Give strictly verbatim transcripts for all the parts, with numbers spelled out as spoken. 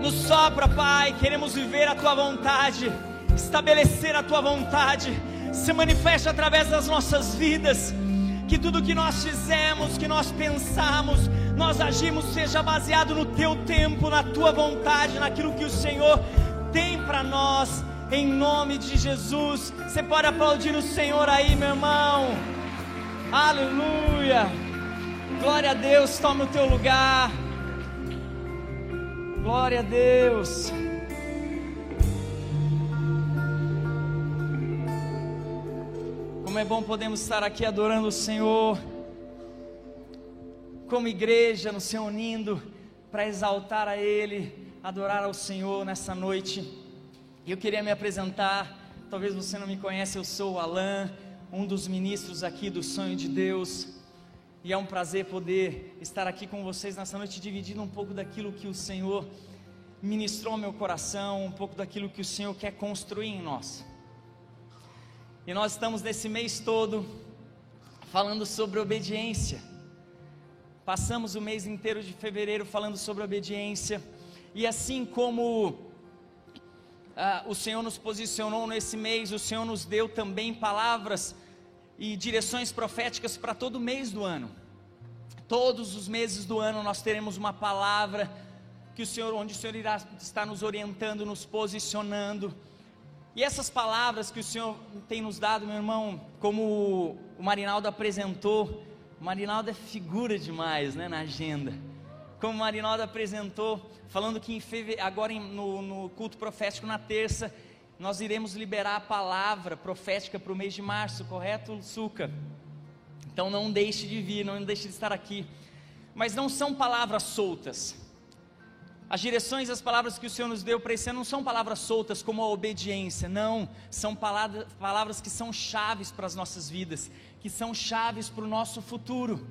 Nos sopra, Pai, queremos viver a Tua vontade, estabelecer a Tua vontade, se manifesta através das nossas vidas, que tudo que nós fizemos, que nós pensamos, nós agimos, seja baseado no Teu tempo, na Tua vontade, naquilo que o Senhor tem para nós, em nome de Jesus. Você pode aplaudir o Senhor aí, meu irmão, aleluia, glória a Deus. Toma o teu lugar, glória a Deus. Como é bom podemos estar aqui adorando o Senhor, como igreja, nos reunindo para exaltar a Ele, adorar ao Senhor nessa noite. E eu queria me apresentar, talvez você não me conhece, eu sou o Alan, um dos ministros aqui do Sonho de Deus, e é um prazer poder estar aqui com vocês nessa noite, dividindo um pouco daquilo que o Senhor ministrou ao meu coração, um pouco daquilo que o Senhor quer construir em nós. E nós estamos nesse mês todo falando sobre obediência. Passamos o mês inteiro de fevereiro falando sobre obediência. E assim como ah, o Senhor nos posicionou nesse mês, o Senhor nos deu também palavras e direções proféticas para todo mês do ano. Todos os meses do ano nós teremos uma palavra que o Senhor, onde o Senhor irá estar nos orientando, nos posicionando. E essas palavras que o Senhor tem nos dado, meu irmão, como o Marinaldo apresentou, o Marinaldo é figura demais, né, na agenda. Como o Marinaldo apresentou, falando que em feve... agora em, no, no culto profético na terça, nós iremos liberar a palavra profética para o mês de março, correto, Suca? Então não deixe de vir, não deixe de estar aqui. Mas não são palavras soltas. As direções, as palavras que o Senhor nos deu para esse ano não são palavras soltas como a obediência, não, são palavras, palavras que são chaves para as nossas vidas, que são chaves para o nosso futuro.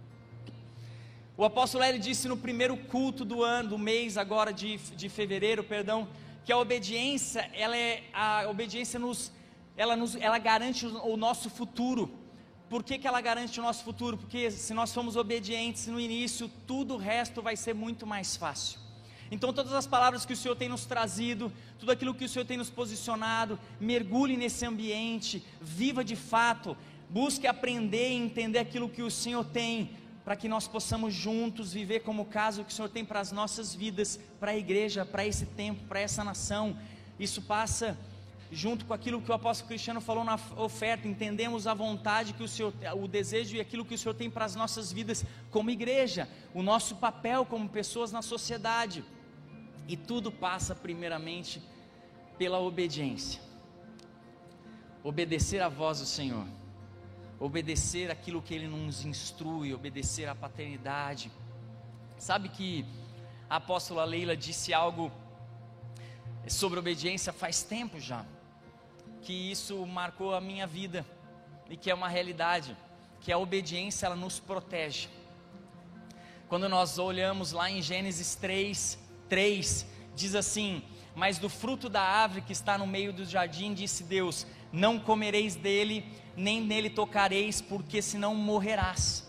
O apóstolo Hélio disse no primeiro culto do ano, do mês agora de, de fevereiro, perdão, que a obediência, ela é, a obediência nos, ela nos, ela garante o, o nosso futuro. Por que que ela garante o nosso futuro? Porque se nós formos obedientes no início, tudo o resto vai ser muito mais fácil. Então todas as palavras que o Senhor tem nos trazido, tudo aquilo que o Senhor tem nos posicionado, mergulhe nesse ambiente, viva de fato, busque aprender e entender aquilo que o Senhor tem, para que nós possamos juntos viver como o caso que o Senhor tem para as nossas vidas, para a igreja, para esse tempo, para essa nação. Isso passa junto com aquilo que o apóstolo Cristiano falou na oferta, entendemos a vontade que o Senhor, o desejo e aquilo que o Senhor tem para as nossas vidas como igreja, o nosso papel como pessoas na sociedade. E tudo passa primeiramente pela obediência. Obedecer à voz do Senhor, obedecer aquilo que Ele nos instrui, obedecer à paternidade. Sabe que a apóstola Leila disse algo sobre obediência faz tempo já, que isso marcou a minha vida e que é uma realidade, que a obediência ela nos protege. Quando nós olhamos lá em Gênesis três, três, diz assim: mas do fruto da árvore que está no meio do jardim, disse Deus, não comereis dele, nem nele tocareis, porque senão morrerás.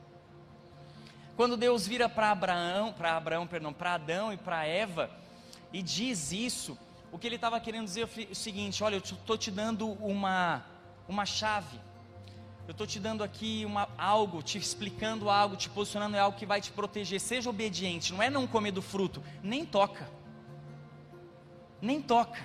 Quando Deus vira para Abraão, para Abraão, perdão, para Adão e para Eva, e diz isso, o que ele estava querendo dizer é o seguinte: olha, eu estou te dando uma, uma chave, eu estou te dando aqui uma, algo, te explicando algo, te posicionando em algo que vai te proteger. Seja obediente, não é não comer do fruto, nem toca, nem toca,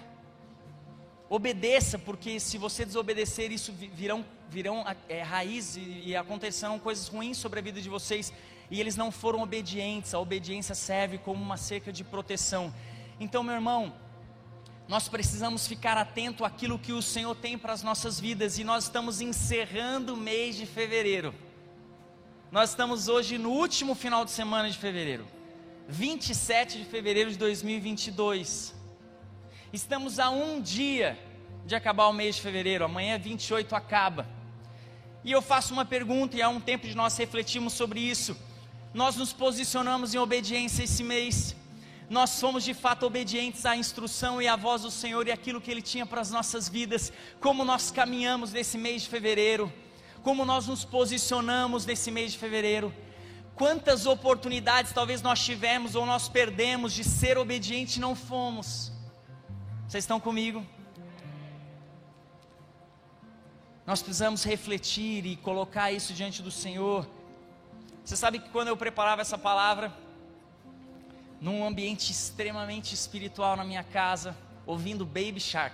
obedeça, porque se você desobedecer, isso virão, virão é, raiz e, e acontecerão coisas ruins sobre a vida de vocês, e eles não foram obedientes. A obediência serve como uma cerca de proteção. Então, meu irmão, nós precisamos ficar atento àquilo que o Senhor tem para as nossas vidas, e nós estamos encerrando o mês de fevereiro. Nós estamos hoje no último final de semana de fevereiro, vinte e sete de fevereiro de dois mil e vinte e dois. Estamos a um dia de acabar o mês de fevereiro, amanhã vinte e oito acaba. E eu faço uma pergunta, e há um tempo de nós refletirmos sobre isso. Nós nos posicionamos em obediência esse mês? Nós fomos de fato obedientes à instrução e à voz do Senhor e aquilo que Ele tinha para as nossas vidas? Como nós caminhamos nesse mês de fevereiro? Como nós nos posicionamos nesse mês de fevereiro? Quantas oportunidades talvez nós tivemos ou nós perdemos de ser obediente e não fomos. Vocês estão comigo? Nós precisamos refletir e colocar isso diante do Senhor. Você sabe que quando eu preparava essa palavra, num ambiente extremamente espiritual na minha casa, ouvindo Baby Shark.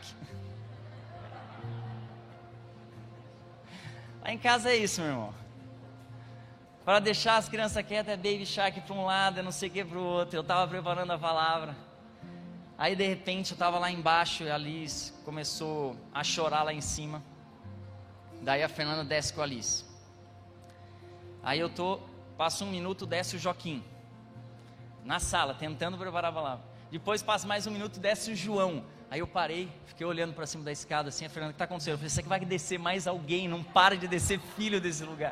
Lá em casa é isso, meu irmão. Para deixar as crianças quietas é Baby Shark para um lado, eu não sei o que para o outro. Eu estava preparando a palavra. Aí de repente eu estava lá embaixo e a Liz começou a chorar lá em cima. Daí a Fernanda desce com a Liz. Aí eu tô, passa um minuto, desce o Joaquim. Na sala, tentando preparar a palavra. Depois passa mais um minuto, desce o João. Aí eu parei, fiquei olhando para cima da escada assim, a Fernanda, o que está acontecendo? Eu falei, será que vai descer mais alguém? Não para de descer filho desse lugar.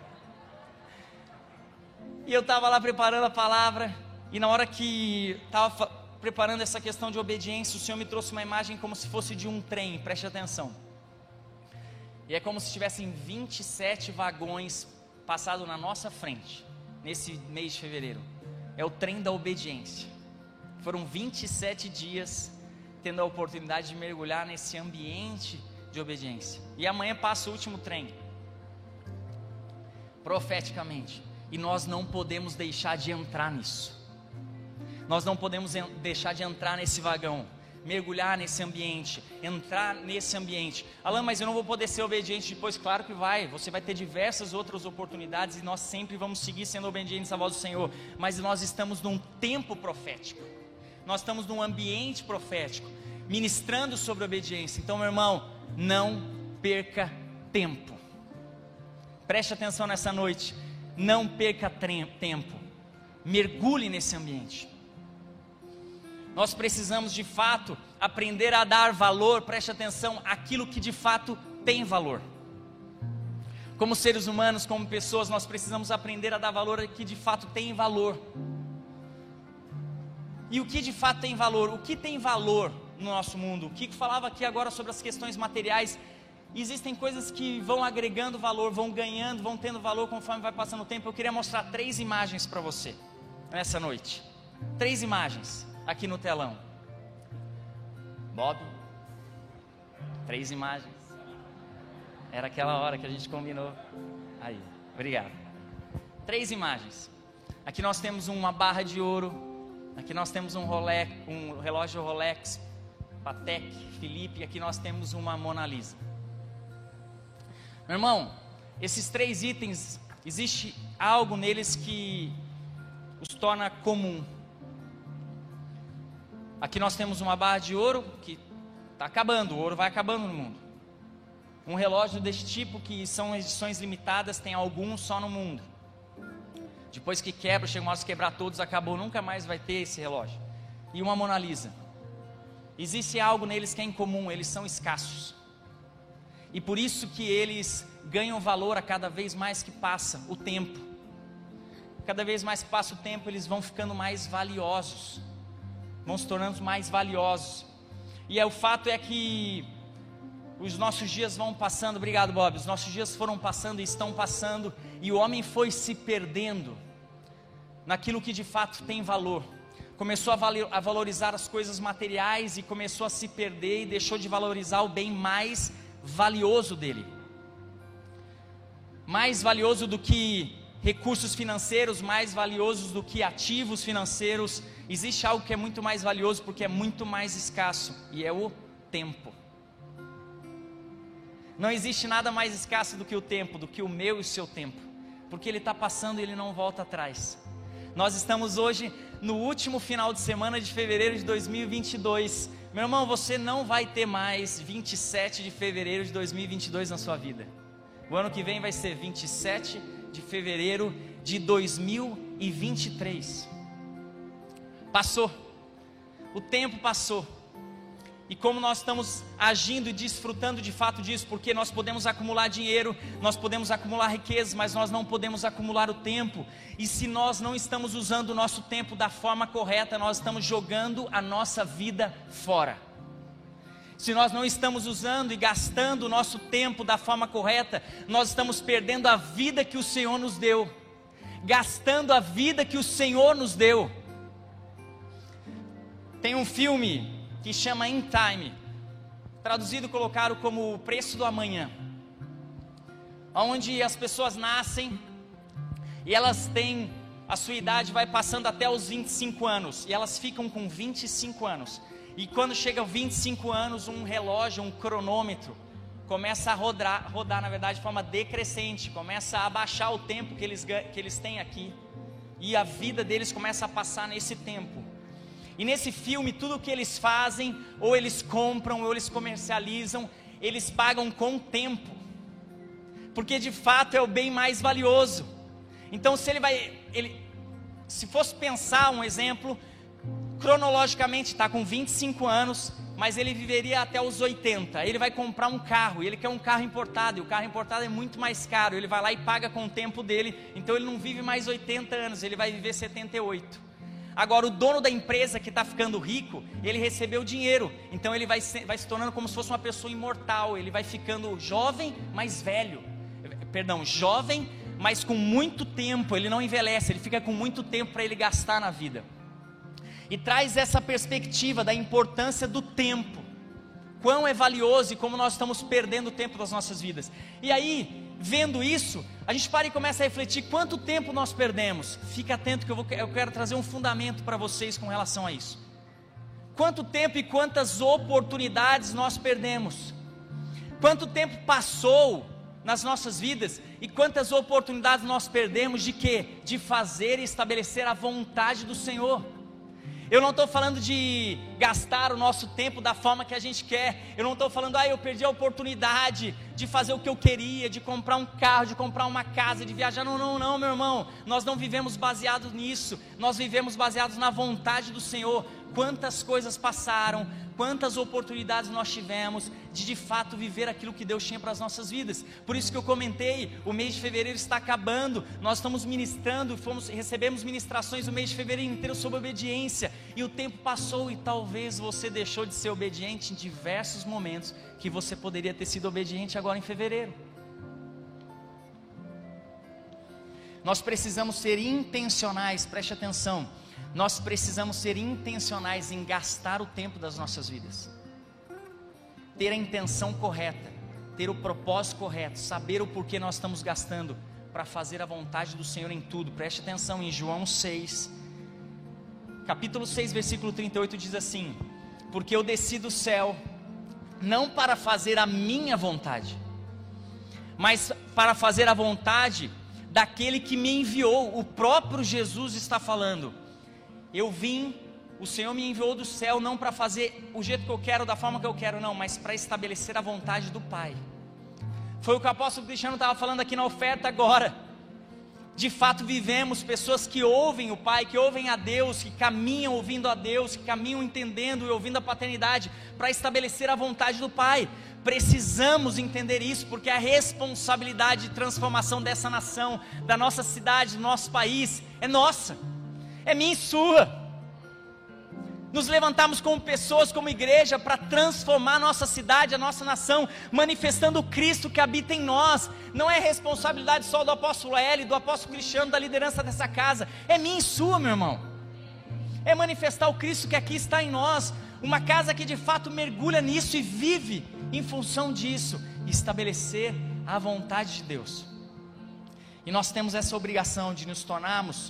E eu estava lá preparando a palavra, e na hora que estava preparando essa questão de obediência, o Senhor me trouxe uma imagem como se fosse de um trem, preste atenção. E é como se tivessem vinte e sete vagões passados na nossa frente, nesse mês de fevereiro. É o trem da obediência. Foram vinte e sete dias tendo a oportunidade de mergulhar nesse ambiente de obediência. E amanhã passa o último trem, profeticamente. E nós não podemos deixar de entrar nisso. Nós não podemos en- deixar de entrar nesse vagão, mergulhar nesse ambiente, entrar nesse ambiente. Alan, mas eu não vou poder ser obediente depois? Claro que vai, você vai ter diversas outras oportunidades e nós sempre vamos seguir sendo obedientes à voz do Senhor. Mas nós estamos num tempo profético, nós estamos num ambiente profético, ministrando sobre obediência. Então, meu irmão, não perca tempo. Preste atenção nessa noite. Não perca tempo, mergulhe nesse ambiente. Nós precisamos de fato aprender a dar valor, preste atenção, àquilo que de fato tem valor. Como seres humanos, como pessoas, nós precisamos aprender a dar valor ao que de fato tem valor. E o que de fato tem valor? O que tem valor no nosso mundo? O Kiko falava aqui agora sobre as questões materiais. Existem coisas que vão agregando valor, vão ganhando, vão tendo valor conforme vai passando o tempo. Eu queria mostrar três imagens para você nessa noite. Três imagens aqui no telão. Bob, três imagens. Era aquela hora que a gente combinou. Aí, obrigado. Três imagens. Aqui nós temos uma barra de ouro. Aqui nós temos um, Rolex, um relógio Rolex, Patek, Philippe. Aqui nós temos uma Mona Lisa. Meu irmão, esses três itens, existe algo neles que os torna comum. Aqui nós temos uma barra de ouro que está acabando, o ouro vai acabando no mundo. Um relógio desse tipo, que são edições limitadas, tem alguns só no mundo. Depois que quebra, chega uma hora de quebrar todos, acabou, nunca mais vai ter esse relógio. E uma Mona Lisa. Existe algo neles que é incomum, eles são escassos. E por isso que eles ganham valor a cada vez mais que passa o tempo. Cada vez mais que passa o tempo, eles vão ficando mais valiosos. Vão se tornando mais valiosos. E é, o fato é que os nossos dias vão passando, obrigado Bob, os nossos dias foram passando e estão passando, e o homem foi se perdendo naquilo que de fato tem valor. Começou a, valo, a valorizar as coisas materiais e começou a se perder e deixou de valorizar o bem mais valioso dele. Mais valioso do que recursos financeiros, mais valiosos do que ativos financeiros. Existe algo que é muito mais valioso porque é muito mais escasso, e é o tempo. Não existe nada mais escasso do que o tempo, do que o meu e o seu tempo, porque ele está passando e ele não volta atrás. Nós estamos hoje no último final de semana de fevereiro de dois mil e vinte e dois. Meu irmão, você não vai ter mais vinte e sete de fevereiro de dois mil e vinte e dois na sua vida. O ano que vem vai ser vinte e sete de fevereiro de dois mil e vinte e três. Passou, o tempo passou. E como nós estamos agindo e desfrutando de fato disso, porque nós podemos acumular dinheiro, nós podemos acumular riquezas, mas nós não podemos acumular o tempo. E se nós não estamos usando o nosso tempo da forma correta, nós estamos jogando a nossa vida fora. Se nós não estamos usando e gastando o nosso tempo da forma correta, nós estamos perdendo a vida que o Senhor nos deu. gastando a vida que o Senhor nos deu. Tem um filme que chama In Time, traduzido colocaram como O Preço do Amanhã, onde as pessoas nascem e elas têm, a sua idade vai passando até os vinte e cinco anos, e elas ficam com vinte e cinco anos, e quando chega aos vinte e cinco anos, um relógio, um cronômetro, começa a rodar, rodar na verdade de forma decrescente, começa a abaixar o tempo que eles, que eles têm aqui, e a vida deles começa a passar nesse tempo. E nesse filme, tudo que eles fazem, ou eles compram, ou eles comercializam, eles pagam com tempo, porque de fato é o bem mais valioso. Então se ele vai, ele, se fosse pensar um exemplo, cronologicamente está com vinte e cinco anos, mas ele viveria até os oitenta, ele vai comprar um carro, e ele quer um carro importado, e o carro importado é muito mais caro, ele vai lá e paga com o tempo dele, então ele não vive mais oitenta anos, ele vai viver setenta e oito. Agora o dono da empresa que está ficando rico, ele recebeu dinheiro, então ele vai se, vai se tornando como se fosse uma pessoa imortal, ele vai ficando jovem, mas velho, perdão, jovem, mas com muito tempo, ele não envelhece, ele fica com muito tempo para ele gastar na vida. E traz essa perspectiva da importância do tempo, quão é valioso e como nós estamos perdendo o tempo das nossas vidas. E aí, vendo isso, a gente para e começa a refletir quanto tempo nós perdemos. Fica atento que eu, vou, eu quero trazer um fundamento para vocês com relação a isso. Quanto tempo e quantas oportunidades nós perdemos, quanto tempo passou nas nossas vidas e quantas oportunidades nós perdemos de quê? De fazer e estabelecer a vontade do Senhor. Eu não estou falando de gastar o nosso tempo da forma que a gente quer. Eu não estou falando, ah, eu perdi a oportunidade de fazer o que eu queria, de comprar um carro, de comprar uma casa, de viajar. Não, não, não, meu irmão. Nós não vivemos baseados nisso. Nós vivemos baseados na vontade do Senhor. Quantas coisas passaram, quantas oportunidades nós tivemos de de fato viver aquilo que Deus tinha para as nossas vidas. Por isso que eu comentei, o mês de fevereiro está acabando, nós estamos ministrando, fomos, recebemos ministrações o mês de fevereiro inteiro sobre obediência, e o tempo passou e talvez você deixou de ser obediente em diversos momentos, que você poderia ter sido obediente agora em fevereiro. Nós precisamos ser intencionais, preste atenção, nós precisamos ser intencionais em gastar o tempo das nossas vidas, ter a intenção correta, ter o propósito correto, saber o porquê nós estamos gastando, para fazer a vontade do Senhor em tudo. Preste atenção em João seis, capítulo seis, versículo trinta e oito, diz assim: porque eu desci do céu, não para fazer a minha vontade, mas para fazer a vontade daquele que me enviou. O próprio Jesus está falando. Eu vim, o Senhor me enviou do céu não para fazer o jeito que eu quero, da forma que eu quero, não, mas para estabelecer a vontade do Pai. Foi o que o apóstolo Cristiano estava falando aqui na oferta agora. De fato vivemos pessoas que ouvem o Pai, que ouvem a Deus, que caminham ouvindo a Deus, que caminham entendendo e ouvindo a paternidade, para estabelecer a vontade do Pai. Precisamos entender isso, porque a responsabilidade de transformação dessa nação, da nossa cidade, do nosso país, é nossa, é minha e sua. Nos levantamos como pessoas, como igreja, para transformar a nossa cidade, a nossa nação, manifestando o Cristo que habita em nós. Não é responsabilidade só do apóstolo Hélio, do apóstolo Cristiano, da liderança dessa casa, é minha e sua, meu irmão. É manifestar o Cristo que aqui está em nós, uma casa que de fato mergulha nisso e vive em função disso, estabelecer a vontade de Deus. E nós temos essa obrigação de nos tornarmos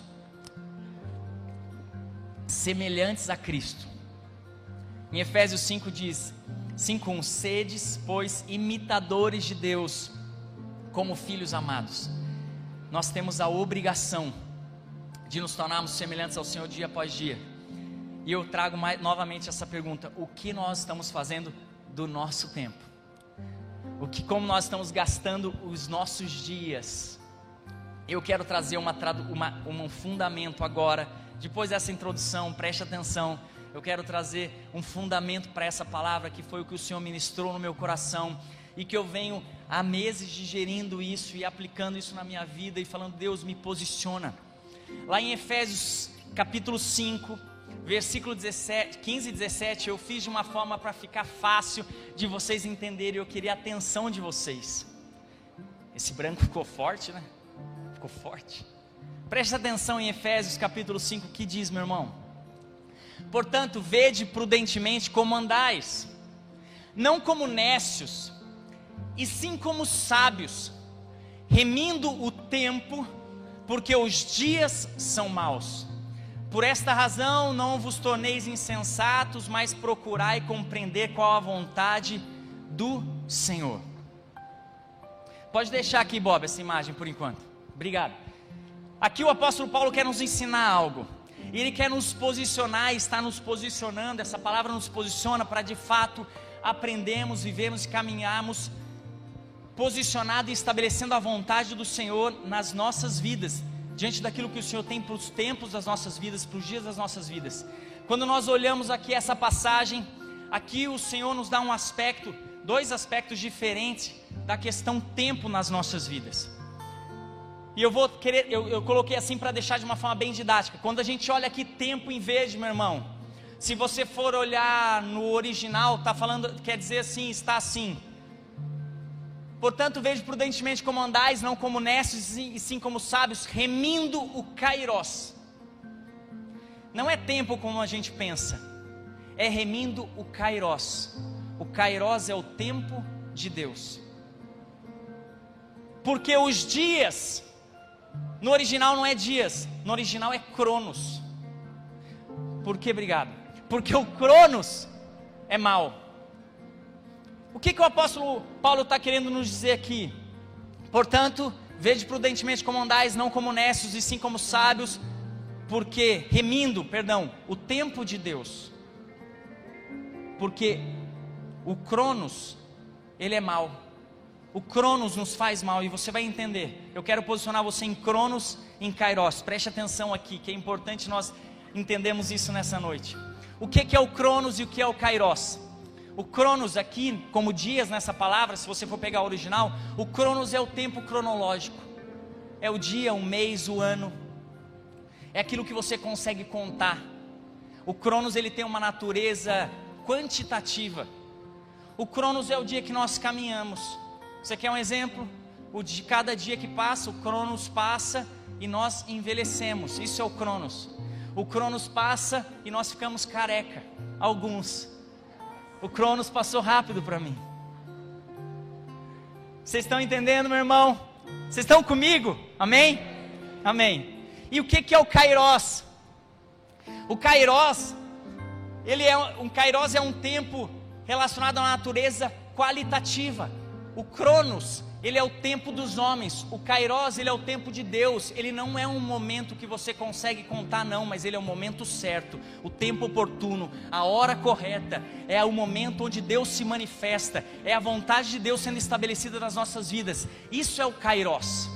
semelhantes a Cristo. Em Efésios cinco diz, cinco um, sedes, pois, imitadores de Deus, como filhos amados. Nós temos a obrigação de nos tornarmos semelhantes ao Senhor dia após dia. E eu trago mais, novamente essa pergunta: o que nós estamos fazendo do nosso tempo? O que, como nós estamos gastando os nossos dias? Eu quero trazer uma, uma, um fundamento agora. Depois dessa introdução, preste atenção, eu quero trazer um fundamento para essa palavra, que foi o que o Senhor ministrou no meu coração, e que eu venho há meses digerindo isso e aplicando isso na minha vida, e falando: Deus, me posiciona. Lá em Efésios capítulo cinco, versículo dezessete, quinze e dezessete, eu fiz de uma forma para ficar fácil de vocês entenderem, eu queria a atenção de vocês. Esse branco ficou forte, né? Ficou forte. Preste atenção em Efésios capítulo cinco, que diz, meu irmão: portanto, vede prudentemente como andais, não como nécios, e sim como sábios, remindo o tempo, porque os dias são maus. Por esta razão não vos torneis insensatos, mas procurai compreender qual a vontade do Senhor. Pode deixar aqui, Bob, essa imagem por enquanto. Obrigado. Aqui o apóstolo Paulo quer nos ensinar algo. Ele quer nos posicionar, está nos posicionando. Essa palavra nos posiciona para de fato aprendermos, vivermos e caminharmos posicionado e estabelecendo a vontade do Senhor nas nossas vidas, diante daquilo que o Senhor tem para os tempos das nossas vidas, para os dias das nossas vidas. Quando nós olhamos aqui essa passagem, aqui o Senhor nos dá um aspecto, dois aspectos diferentes da questão tempo nas nossas vidas. E eu vou querer, eu, eu coloquei assim para deixar de uma forma bem didática. Quando a gente olha aqui tempo em verde, meu irmão, se você for olhar no original, tá falando, quer dizer assim, está assim: portanto, vejo prudentemente como andais, não como nécios, e sim como sábios, remindo o Kairos. Não é tempo como a gente pensa, é remindo o Kairos. O Kairos é o tempo de Deus. Porque os dias, no original não é dias, no original é Cronos. Por que, obrigado? Porque o Cronos é mau. O que, que o apóstolo Paulo está querendo nos dizer aqui? Portanto, vede prudentemente como andais, não como nécios, e sim como sábios, porque, remindo, perdão, o tempo de Deus. Porque o Cronos, ele é mau. O Cronos nos faz mal, e você vai entender. Eu quero posicionar você em Cronos, em Kairos. Preste atenção aqui, que é importante nós entendermos isso nessa noite. O que, que é o Cronos e o que é o Kairos? O Cronos aqui, como dias nessa palavra, se você for pegar o original, o Cronos é o tempo cronológico. É o dia, o mês, o ano. É aquilo que você consegue contar. O Cronos, ele tem uma natureza quantitativa. O Cronos é o dia que nós caminhamos. Você quer um exemplo? O de cada dia que passa, o Cronos passa e nós envelhecemos. Isso é o Cronos. O Cronos passa e nós ficamos careca. Alguns. O Cronos passou rápido para mim. Vocês estão entendendo, meu irmão? Vocês estão comigo? Amém? Amém. E o que, que é o Kairos? O Kairos, ele é um Kairos é um tempo relacionado à natureza qualitativa. O Cronos, ele é o tempo dos homens. O Kairos, ele é o tempo de Deus. Ele não é um momento que você consegue contar, não, mas ele é o momento certo, o tempo oportuno, a hora correta. É o momento onde Deus se manifesta. É a vontade de Deus sendo estabelecida nas nossas vidas. Isso é o Kairos.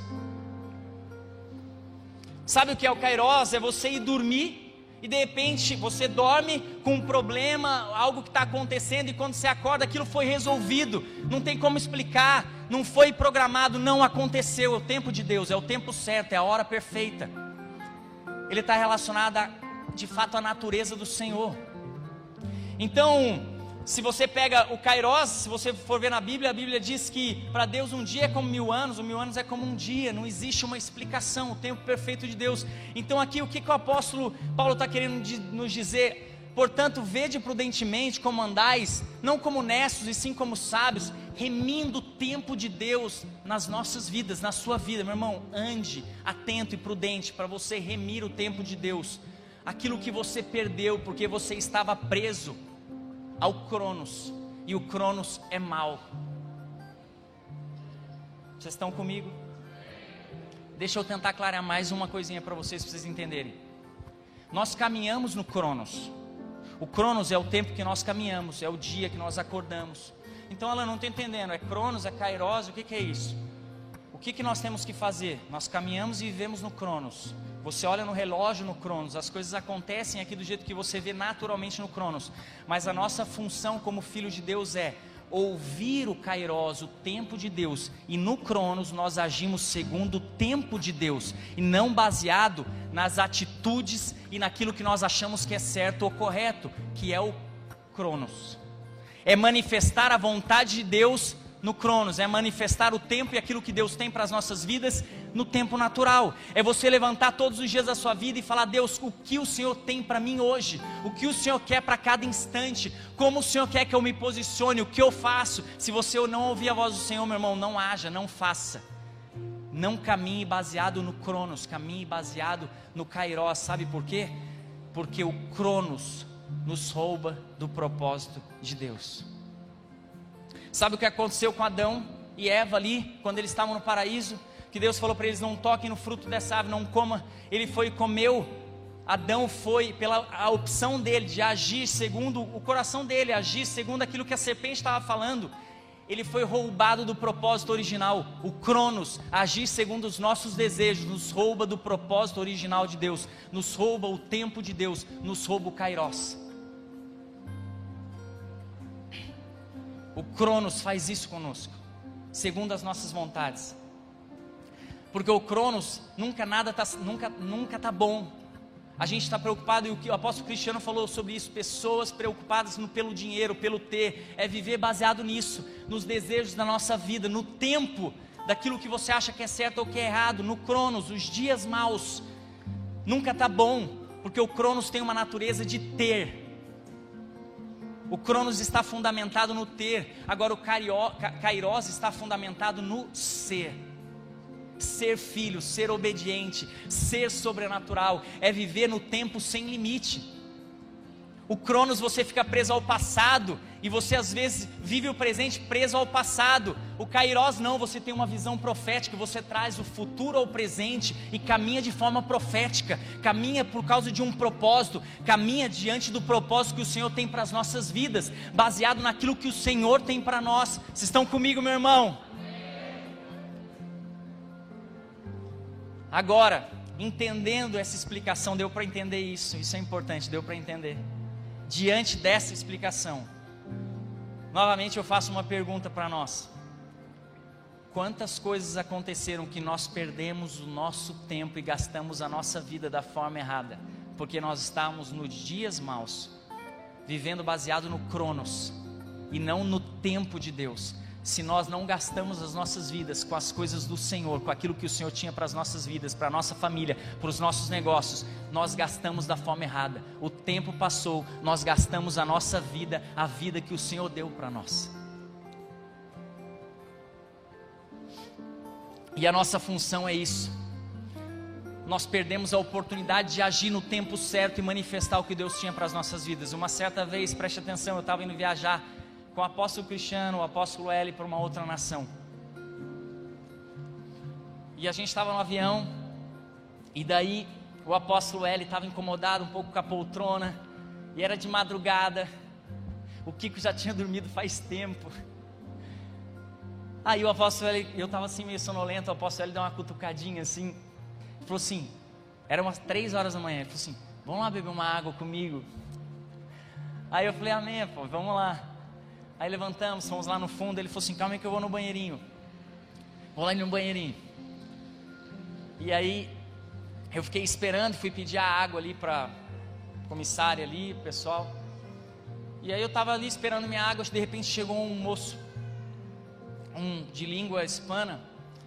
Sabe o que é o Kairos? É você ir dormir e de repente você dorme com um problema, algo que está acontecendo, e quando você acorda aquilo foi resolvido. Não tem como explicar, não foi programado, não aconteceu. É o tempo de Deus, é o tempo certo, é a hora perfeita. Ele está relacionado a, de fato à natureza do Senhor. Então, se você pega o Kairos, se você for ver na Bíblia, a Bíblia diz que para Deus um dia é como mil anos, um mil anos é como um dia. Não existe uma explicação, o tempo perfeito de Deus. Então aqui o que, que o apóstolo Paulo está querendo de, nos dizer? Portanto, vede prudentemente como andais, não como nécios e sim como sábios, remindo o tempo de Deus nas nossas vidas, na sua vida. Meu irmão, ande atento e prudente para você remir o tempo de Deus. Aquilo que você perdeu porque você estava preso ao Cronos, e o Cronos é mau. Vocês estão comigo? Deixa eu tentar aclarar mais uma coisinha para vocês, para vocês entenderem. Nós caminhamos no Cronos. O Cronos é o tempo que nós caminhamos, é o dia que nós acordamos. Então ela não está entendendo, é Cronos, é Kairos, o que, que é isso? O que, que nós temos que fazer? Nós caminhamos e vivemos no Cronos. Você olha no relógio no Cronos, as coisas acontecem aqui do jeito que você vê naturalmente no Cronos. Mas a nossa função como filho de Deus é ouvir o Kairos, o tempo de Deus. E no Cronos nós agimos segundo o tempo de Deus, e não baseado nas atitudes e naquilo que nós achamos que é certo ou correto, que é o Cronos. É manifestar a vontade de Deus no Cronos, é manifestar o tempo e aquilo que Deus tem para as nossas vidas no tempo natural. É você levantar todos os dias da sua vida e falar: Deus, o que o Senhor tem para mim hoje? O que o Senhor quer para cada instante? Como o Senhor quer que eu me posicione? O que eu faço? Se você não ouvir a voz do Senhor, meu irmão, não haja, não faça. Não caminhe baseado no Cronos, caminhe baseado no Kairos. Sabe por quê? Porque o Cronos nos rouba do propósito de Deus. Sabe o que aconteceu com Adão e Eva ali, quando eles estavam no paraíso? Que Deus falou para eles: não toquem no fruto dessa árvore, não coma. Ele foi e comeu. Adão foi, pela a opção dele de agir segundo o coração dele, agir segundo aquilo que a serpente estava falando, ele foi roubado do propósito original. O Cronos, agir segundo os nossos desejos, nos rouba do propósito original de Deus, nos rouba o tempo de Deus, nos rouba o Kairos. O Cronos faz isso conosco, segundo as nossas vontades, porque o Cronos nunca nada tá, nunca, nunca tá bom. A gente está preocupado, e o que o apóstolo Cristiano falou sobre isso: pessoas preocupadas no, pelo dinheiro, pelo ter, é viver baseado nisso, nos desejos da nossa vida, no tempo, daquilo que você acha que é certo ou que é errado, no Cronos. Os dias maus, nunca está bom, porque o Cronos tem uma natureza de ter. O Cronos está fundamentado no ter, agora o Kairos está fundamentado no ser. Ser filho, ser obediente, ser sobrenatural, é viver no tempo sem limite. O Cronos, você fica preso ao passado, e você às vezes vive o presente preso ao passado. O Kairos não, você tem uma visão profética, você traz o futuro ao presente e caminha de forma profética, caminha por causa de um propósito, caminha diante do propósito que o Senhor tem para as nossas vidas, baseado naquilo que o Senhor tem para nós. Vocês estão comigo, meu irmão? Agora, entendendo essa explicação, deu para entender isso, isso é importante, deu para entender. Diante dessa explicação, novamente eu faço uma pergunta para nós: quantas coisas aconteceram que nós perdemos o nosso tempo e gastamos a nossa vida da forma errada, porque nós estávamos nos dias maus, vivendo baseado no Cronos e não no tempo de Deus? Se nós não gastamos as nossas vidas com as coisas do Senhor, com aquilo que o Senhor tinha para as nossas vidas, para a nossa família, para os nossos negócios, nós gastamos da forma errada. O tempo passou, nós gastamos a nossa vida, a vida que o Senhor deu para nós. E a nossa função é isso. Nós perdemos a oportunidade de agir no tempo certo e manifestar o que Deus tinha para as nossas vidas. Uma certa vez, preste atenção, eu estava indo viajar com o apóstolo Cristiano, o apóstolo Eli, para uma outra nação. E a gente estava no avião, e daí o apóstolo Eli estava incomodado um pouco com a poltrona, e era de madrugada. O Kiko já tinha dormido faz tempo. Aí o apóstolo Eli, eu estava assim meio sonolento, o apóstolo Eli deu uma cutucadinha assim, falou assim, era umas três horas da manhã, ele falou assim: vamos lá beber uma água comigo? Aí eu falei: amém, pô, vamos lá. Aí levantamos, fomos lá no fundo, ele falou assim: calma aí que eu vou no banheirinho. Vou lá no banheirinho. E aí, eu fiquei esperando, fui pedir a água ali para comissária ali, pessoal. E aí eu estava ali esperando minha água, de repente chegou um moço, um de língua hispana,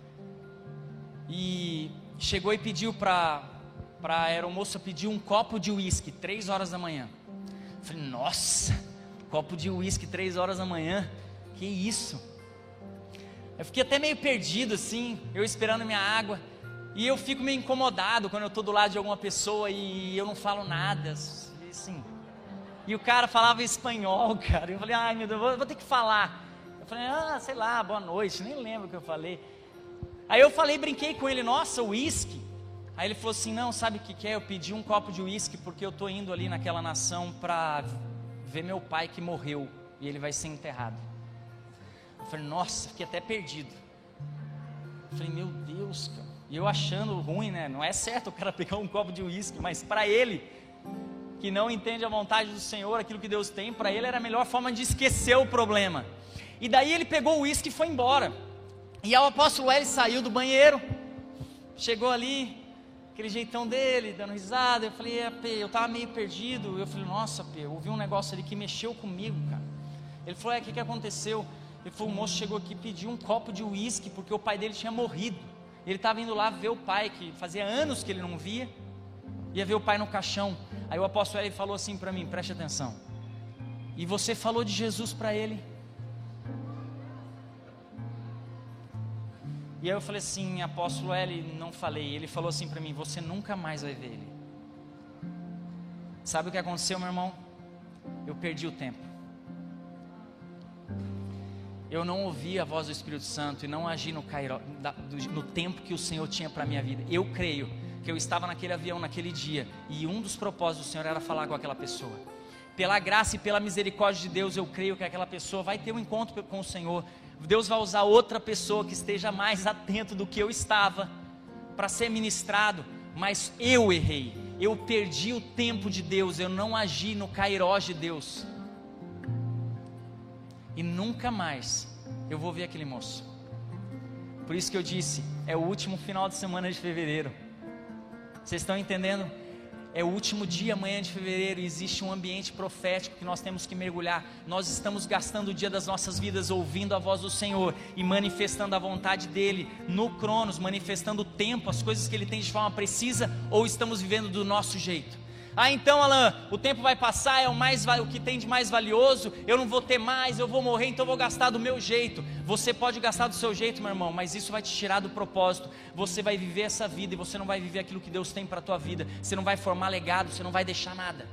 e chegou e pediu para a aeromoça, pediu um copo de uísque, três horas da manhã. Eu falei: nossa, copo de uísque, três horas da manhã, que isso? Eu fiquei até meio perdido assim, eu esperando minha água, e eu fico meio incomodado quando eu estou do lado de alguma pessoa e eu não falo nada, assim. E o cara falava espanhol, cara, eu falei: ai meu Deus, vou, vou ter que falar. Eu falei: ah, sei lá, boa noite, nem lembro o que eu falei. Aí eu falei, brinquei com ele: nossa, uísque? Aí ele falou assim: não, sabe o que que é? Eu pedi um copo de uísque porque eu estou indo ali naquela nação para ver meu pai que morreu e ele vai ser enterrado. Eu falei: nossa, fiquei até perdido. Eu falei: meu Deus, cara. E eu achando ruim, né? Não é certo o cara pegar um copo de uísque, mas para ele, que não entende a vontade do Senhor, aquilo que Deus tem, para ele era a melhor forma de esquecer o problema. E daí ele pegou o uísque e foi embora. E aí o apóstolo Eli saiu do banheiro, chegou ali, aquele jeitão dele, dando risada. Eu falei: é, P, eu estava meio perdido. Eu falei: nossa, P, eu ouvi um negócio ali que mexeu comigo, cara. Ele falou: é, o que, que aconteceu? Ele falou, o moço chegou aqui e pediu um copo de uísque, porque o pai dele tinha morrido. Ele estava indo lá ver o pai, que fazia anos que ele não via, ia ver o pai no caixão. Aí o apóstolo Eli falou assim para mim, preste atenção, e você falou de Jesus para ele? E aí eu falei assim, apóstolo Eli, não falei. Ele falou assim para mim, você nunca mais vai ver ele. Sabe o que aconteceu, meu irmão? Eu perdi o tempo. Eu não ouvi a voz do Espírito Santo e não agi no, cairo, no tempo que o Senhor tinha para a minha vida. Eu creio que eu estava naquele avião naquele dia, e um dos propósitos do Senhor era falar com aquela pessoa. Pela graça e pela misericórdia de Deus, eu creio que aquela pessoa vai ter um encontro com o Senhor. Deus vai usar outra pessoa que esteja mais atento do que eu estava para ser ministrado. Mas eu errei, eu perdi o tempo de Deus, eu não agi no kairós de Deus, e nunca mais eu vou ver aquele moço. Por isso que eu disse, é o último final de semana de fevereiro. Vocês estão entendendo? É o último dia, amanhã de fevereiro, e existe um ambiente profético que nós temos que mergulhar. Nós estamos gastando o dia das nossas vidas ouvindo a voz do Senhor e manifestando a vontade dEle no Cronos, manifestando o tempo, as coisas que Ele tem de forma precisa, ou estamos vivendo do nosso jeito? Ah, então Alan, o tempo vai passar, é o, mais, o que tem de mais valioso, eu não vou ter mais, eu vou morrer, então eu vou gastar do meu jeito. Você pode gastar do seu jeito, meu irmão, mas isso vai te tirar do propósito. Você vai viver essa vida e você não vai viver aquilo que Deus tem para a tua vida. Você não vai formar legado, você não vai deixar nada.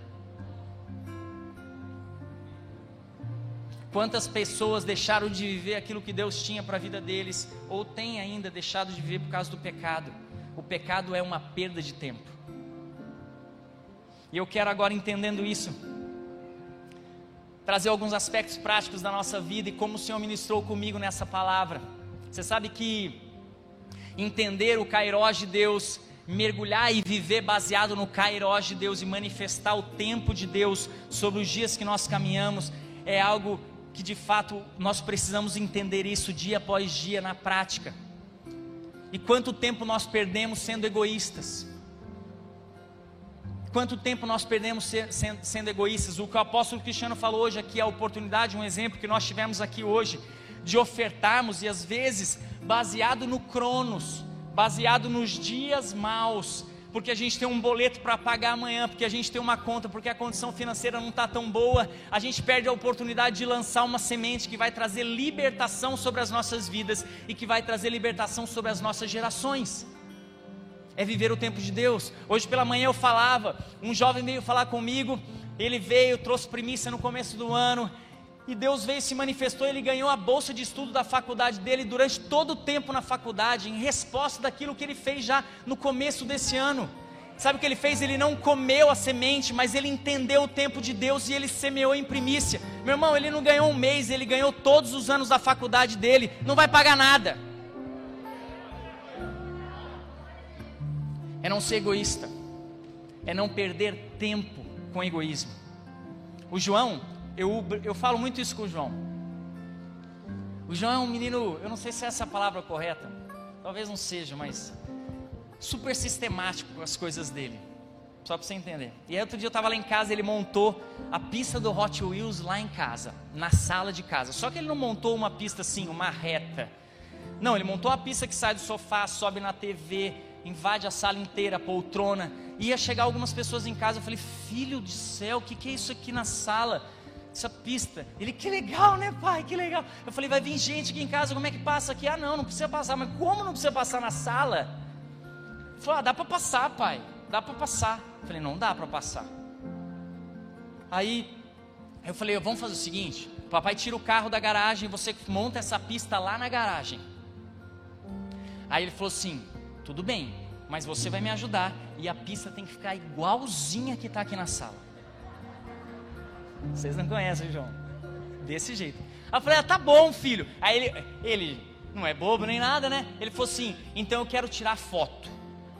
Quantas pessoas deixaram de viver aquilo que Deus tinha para a vida deles, ou têm ainda deixado de viver por causa do pecado? O pecado é uma perda de tempo. E eu quero agora, entendendo isso, trazer alguns aspectos práticos da nossa vida e como o Senhor ministrou comigo nessa palavra. Você sabe que entender o kairós de Deus, mergulhar e viver baseado no kairós de Deus e manifestar o tempo de Deus sobre os dias que nós caminhamos, é algo que de fato nós precisamos entender isso dia após dia na prática. E quanto tempo nós perdemos sendo egoístas? Quanto tempo nós perdemos ser, sendo, sendo egoístas? O que o apóstolo Cristiano falou hoje aqui, a oportunidade, um exemplo que nós tivemos aqui hoje, de ofertarmos, e às vezes baseado no cronos, baseado nos dias maus, porque a gente tem um boleto para pagar amanhã, porque a gente tem uma conta, porque a condição financeira não está tão boa, a gente perde a oportunidade de lançar uma semente que vai trazer libertação sobre as nossas vidas, e que vai trazer libertação sobre as nossas gerações. É viver o tempo de Deus. Hoje pela manhã eu falava, um jovem veio falar comigo, ele veio, trouxe primícia no começo do ano, e Deus veio e se manifestou. Ele ganhou a bolsa de estudo da faculdade dele durante todo o tempo na faculdade, em resposta daquilo que ele fez já no começo desse ano. Sabe o que ele fez? Ele não comeu a semente, mas ele entendeu o tempo de Deus e ele semeou em primícia. Meu irmão, ele não ganhou um mês, ele ganhou todos os anos da faculdade dele, não vai pagar nada. É não ser egoísta, é não perder tempo com egoísmo. O João, eu, eu falo muito isso com o João. O João é um menino, eu não sei se é essa a palavra correta, talvez não seja, mas super sistemático com as coisas dele, só para você entender. E aí outro dia eu estava lá em casa, ele montou a pista do Hot Wheels lá em casa, na sala de casa. Só que ele não montou uma pista assim, uma reta. Não, ele montou a pista que sai do sofá, sobe na T V, invade a sala inteira, a poltrona. Ia chegar algumas pessoas em casa, eu falei, filho do céu, o que, que é isso aqui na sala? Essa pista. Ele, que legal, né, pai, que legal. Eu falei, vai vir gente aqui em casa, como é que passa aqui? Ah, não, não precisa passar. Mas como não precisa passar na sala? Ele falou, ah, dá para passar, pai, dá para passar. Eu falei, não dá para passar. Aí eu falei, vamos fazer o seguinte, papai tira o carro da garagem, você monta essa pista lá na garagem. Aí ele falou assim, tudo bem, mas você vai me ajudar, e a pista tem que ficar igualzinha que está aqui na sala. Vocês não conhecem, João? Desse jeito. Aí eu falei, ah, tá bom, filho. Aí ele, ele não é bobo nem nada, né? Ele falou assim, então eu quero tirar foto.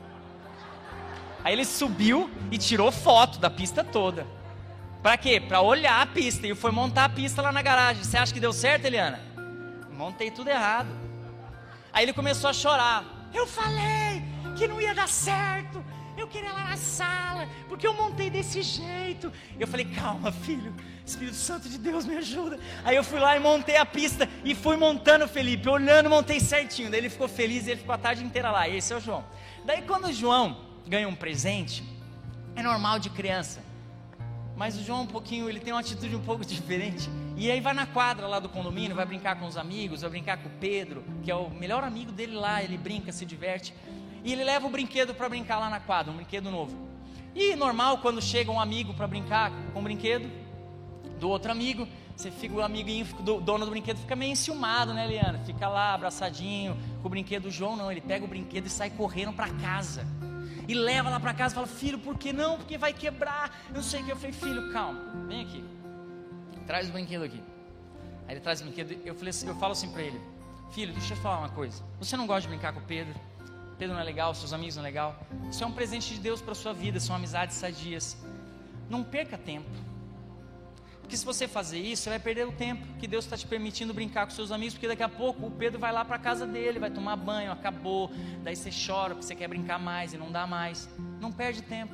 Aí ele subiu e tirou foto da pista toda. Pra quê? Pra olhar a pista. E foi montar a pista lá na garagem. Você acha que deu certo, Eliana? Montei tudo errado. Aí ele começou a chorar. Eu falei que não ia dar certo. Eu eu queria lá na sala, porque eu montei desse jeito. Eu falei, calma filho, Espírito Santo de Deus me ajuda. Aí eu fui lá e montei a pista, e fui montando o Felipe, olhando, montei certinho. Daí ele ficou feliz e ele ficou a tarde inteira lá. Esse é o João. Daí quando o João ganha um presente, é normal de criança, mas o João um pouquinho, ele tem uma atitude um pouco diferente. E aí vai na quadra lá do condomínio, vai brincar com os amigos, vai brincar com o Pedro, que é o melhor amigo dele lá. Ele brinca, se diverte, e ele leva o brinquedo para brincar lá na quadra, um brinquedo novo. E normal, quando chega um amigo para brincar com o brinquedo do outro amigo, você fica, o amiguinho, o dono do brinquedo fica meio enciumado, né, Liana? Fica lá abraçadinho com o brinquedo. Do João não, ele pega o brinquedo e sai correndo para casa. E leva lá para casa e fala, filho, por que não? Porque vai quebrar, eu não sei o que. Eu falei, filho, calma, vem aqui, traz o brinquedo aqui. Aí ele traz o brinquedo, eu, falei assim, eu falo assim para ele, filho, deixa eu falar uma coisa, você não gosta de brincar com o Pedro? Pedro não é legal, seus amigos não é legal? Isso é um presente de Deus para a sua vida, são amizades sadias. Não perca tempo, porque se você fazer isso, você vai perder o tempo que Deus está te permitindo brincar com seus amigos, porque daqui a pouco o Pedro vai lá para a casa dele, vai tomar banho, acabou, daí você chora porque você quer brincar mais e não dá mais. Não perde tempo.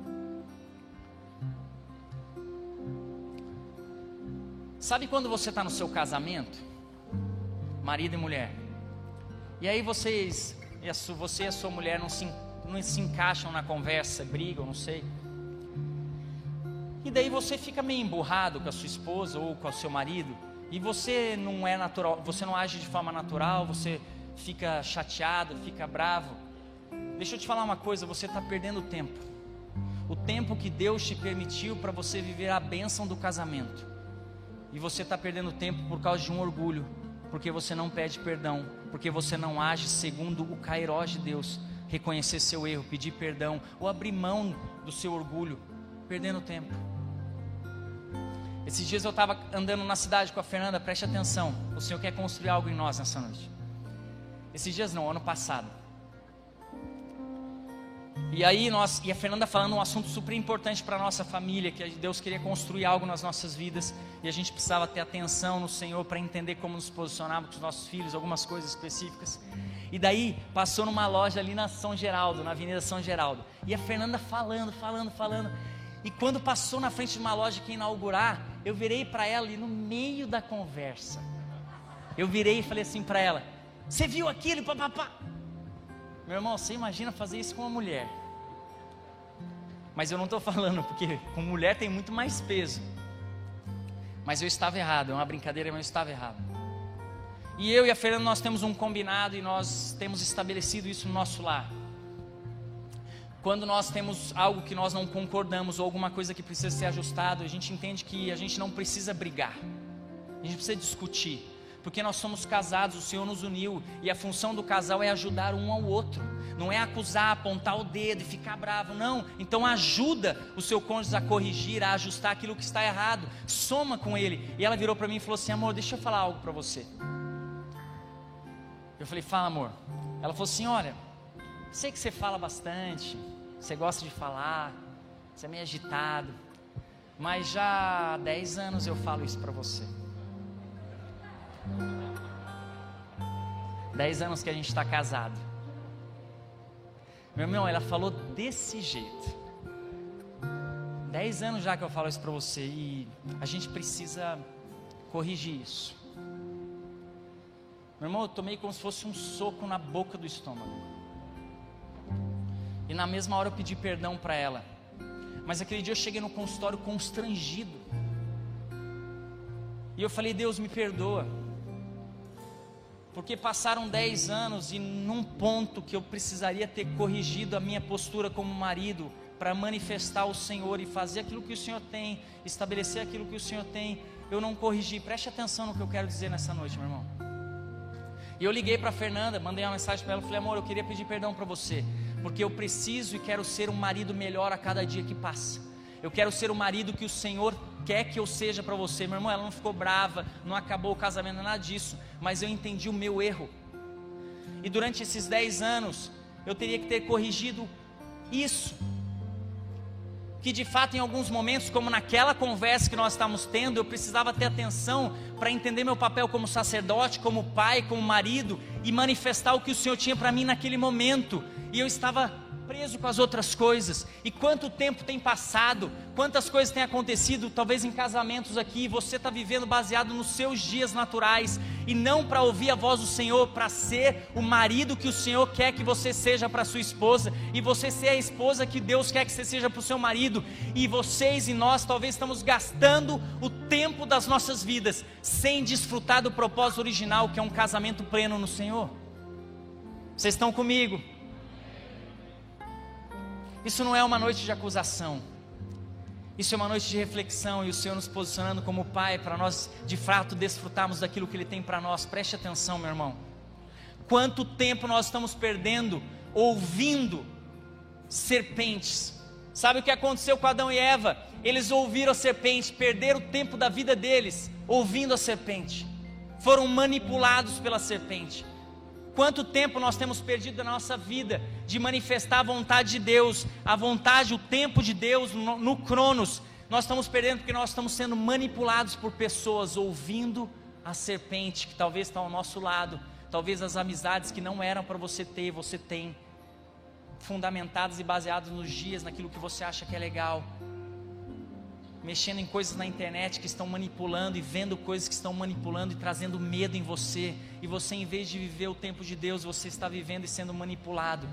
Sabe quando você está no seu casamento, marido e mulher, e aí vocês, e a sua, você e a sua mulher não se, não se encaixam na conversa, brigam, não sei, e daí você fica meio emburrado com a sua esposa ou com o seu marido, e você não é natural, você não age de forma natural, você fica chateado, fica bravo. Deixa eu te falar uma coisa, você está perdendo tempo, o tempo que Deus te permitiu para você viver a bênção do casamento, e você está perdendo tempo por causa de um orgulho, porque você não pede perdão, porque você não age segundo o kairós de Deus, reconhecer seu erro, pedir perdão, ou abrir mão do seu orgulho, perdendo tempo. Esses dias eu estava andando na cidade com a Fernanda, preste atenção, o Senhor quer construir algo em nós nessa noite. Esses dias não, ano passado. E aí nós, e a Fernanda falando um assunto super importante para a nossa família, que Deus queria construir algo nas nossas vidas, e a gente precisava ter atenção no Senhor para entender como nos posicionarmos com os nossos filhos, algumas coisas específicas. E daí passou numa loja ali na São Geraldo, na Avenida São Geraldo, e a Fernanda falando, falando, falando, e quando passou na frente de uma loja que ia inaugurar, eu virei para ela e no meio da conversa, eu virei e falei assim para ela, você viu aquilo, papapá? Meu irmão, você imagina fazer isso com uma mulher? Mas eu não estou falando, porque com mulher tem muito mais peso. Mas eu estava errado, é uma brincadeira, mas eu estava errado. E eu e a Fernanda, nós temos um combinado e nós temos estabelecido isso no nosso lar. Quando nós temos algo que nós não concordamos ou alguma coisa que precisa ser ajustado, a gente entende que a gente não precisa brigar, a gente precisa discutir, porque nós somos casados, o Senhor nos uniu, e a função do casal é ajudar um ao outro, não é acusar, apontar o dedo e ficar bravo, não. Então ajuda o seu cônjuge a corrigir, a ajustar aquilo que está errado, soma com ele. E ela virou para mim e falou assim, amor, deixa eu falar algo para você. Eu falei, fala, amor. Ela falou assim, olha, sei que você fala bastante, você gosta de falar, você é meio agitado, mas já há dez anos eu falo isso para você. Dez anos que a gente está casado. Meu irmão, ela falou desse jeito. Dez anos já que eu falo isso para você, e a gente precisa corrigir isso. Meu irmão, eu tomei como se fosse um soco na boca do estômago. E na mesma hora eu pedi perdão para ela. Mas aquele dia eu cheguei no consultório constrangido. E eu falei, Deus, me perdoa. Porque passaram dez anos e num ponto que eu precisaria ter corrigido a minha postura como marido, para manifestar o Senhor e fazer aquilo que o Senhor tem, estabelecer aquilo que o Senhor tem, eu não corrigi. Preste atenção no que eu quero dizer nessa noite, meu irmão. E eu liguei para a Fernanda, mandei uma mensagem para ela, falei, amor, eu queria pedir perdão para você, porque eu preciso e quero ser um marido melhor a cada dia que passa. Eu quero ser o marido que o Senhor quer que eu seja para você. Meu irmão, ela não ficou brava, não acabou o casamento, nada disso, mas eu entendi o meu erro. E durante esses dez anos, eu teria que ter corrigido isso. Que de fato em alguns momentos, como naquela conversa que nós estávamos tendo, eu precisava ter atenção para entender meu papel como sacerdote, como pai, como marido, e manifestar o que o Senhor tinha para mim naquele momento. E eu estava preso com as outras coisas. E quanto tempo tem passado, quantas coisas têm acontecido, talvez em casamentos aqui, e você está vivendo baseado nos seus dias naturais, e não para ouvir a voz do Senhor, para ser o marido que o Senhor quer que você seja para sua esposa, e você ser a esposa que Deus quer que você seja para o seu marido. E vocês e nós talvez estamos gastando o tempo das nossas vidas, sem desfrutar do propósito original, que é um casamento pleno no Senhor. Vocês estão comigo? Isso não é uma noite de acusação, isso é uma noite de reflexão, e o Senhor nos posicionando como Pai, para nós de fato desfrutarmos daquilo que Ele tem para nós. Preste atenção, meu irmão, quanto tempo nós estamos perdendo ouvindo serpentes. Sabe o que aconteceu com Adão e Eva? Eles ouviram a serpente, perderam o tempo da vida deles ouvindo a serpente, foram manipulados pela serpente. Quanto tempo nós temos perdido da nossa vida de manifestar a vontade de Deus, a vontade, o tempo de Deus no, no Cronos. Nós estamos perdendo porque nós estamos sendo manipulados por pessoas, ouvindo a serpente que talvez está ao nosso lado, talvez as amizades que não eram para você ter, você tem, fundamentadas e baseadas nos dias, naquilo que você acha que é legal, mexendo em coisas na internet que estão manipulando, e vendo coisas que estão manipulando e trazendo medo em você, e você, em vez de viver o tempo de Deus, você está vivendo e sendo manipulado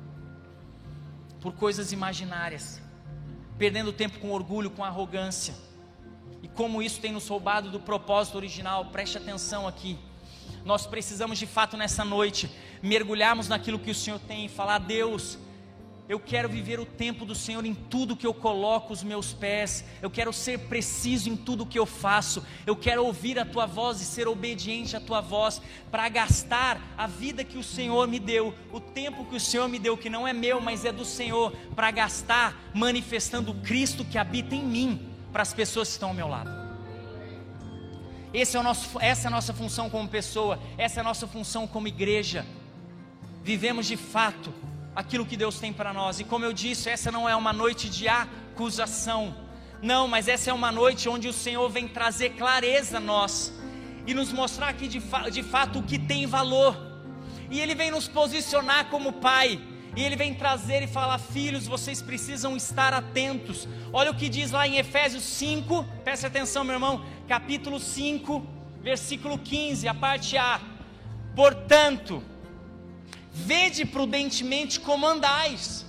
por coisas imaginárias, perdendo tempo com orgulho, com arrogância. E como isso tem nos roubado do propósito original. Preste atenção aqui, nós precisamos de fato nessa noite mergulharmos naquilo que o Senhor tem e falar: Deus, eu quero viver o tempo do Senhor em tudo que eu coloco os meus pés, eu quero ser preciso em tudo que eu faço, eu quero ouvir a Tua voz e ser obediente à Tua voz, para gastar a vida que o Senhor me deu, o tempo que o Senhor me deu, que não é meu, mas é do Senhor, para gastar manifestando o Cristo que habita em mim, para as pessoas que estão ao meu lado. Esse é o nosso, essa é a nossa função como pessoa, essa é a nossa função como igreja. Vivemos de fato aquilo que Deus tem para nós. E como eu disse, essa não é uma noite de acusação, não, mas essa é uma noite onde o Senhor vem trazer clareza a nós, e nos mostrar aqui de, fa de fato o que tem valor, e Ele vem nos posicionar como Pai, e Ele vem trazer e falar: filhos, vocês precisam estar atentos. Olha o que diz lá em Efésios cinco, preste atenção, meu irmão, capítulo cinco, versículo quinze, a parte A: portanto, vede prudentemente como andais.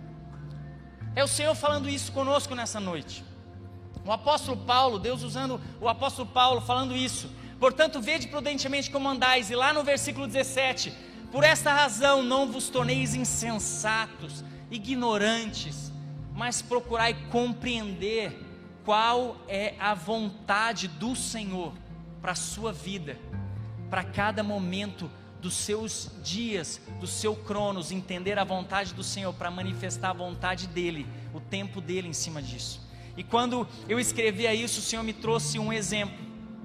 É o Senhor falando isso conosco nessa noite. O apóstolo Paulo, Deus usando o apóstolo Paulo falando isso. Portanto, vede prudentemente como andais. E lá no versículo dezessete: por esta razão não vos torneis insensatos, ignorantes, mas procurai compreender qual é a vontade do Senhor para a sua vida, para cada momento dos seus dias, do seu cronos, entender a vontade do Senhor para manifestar a vontade dEle, o tempo dEle em cima disso. E quando eu escrevia isso, o Senhor me trouxe um exemplo,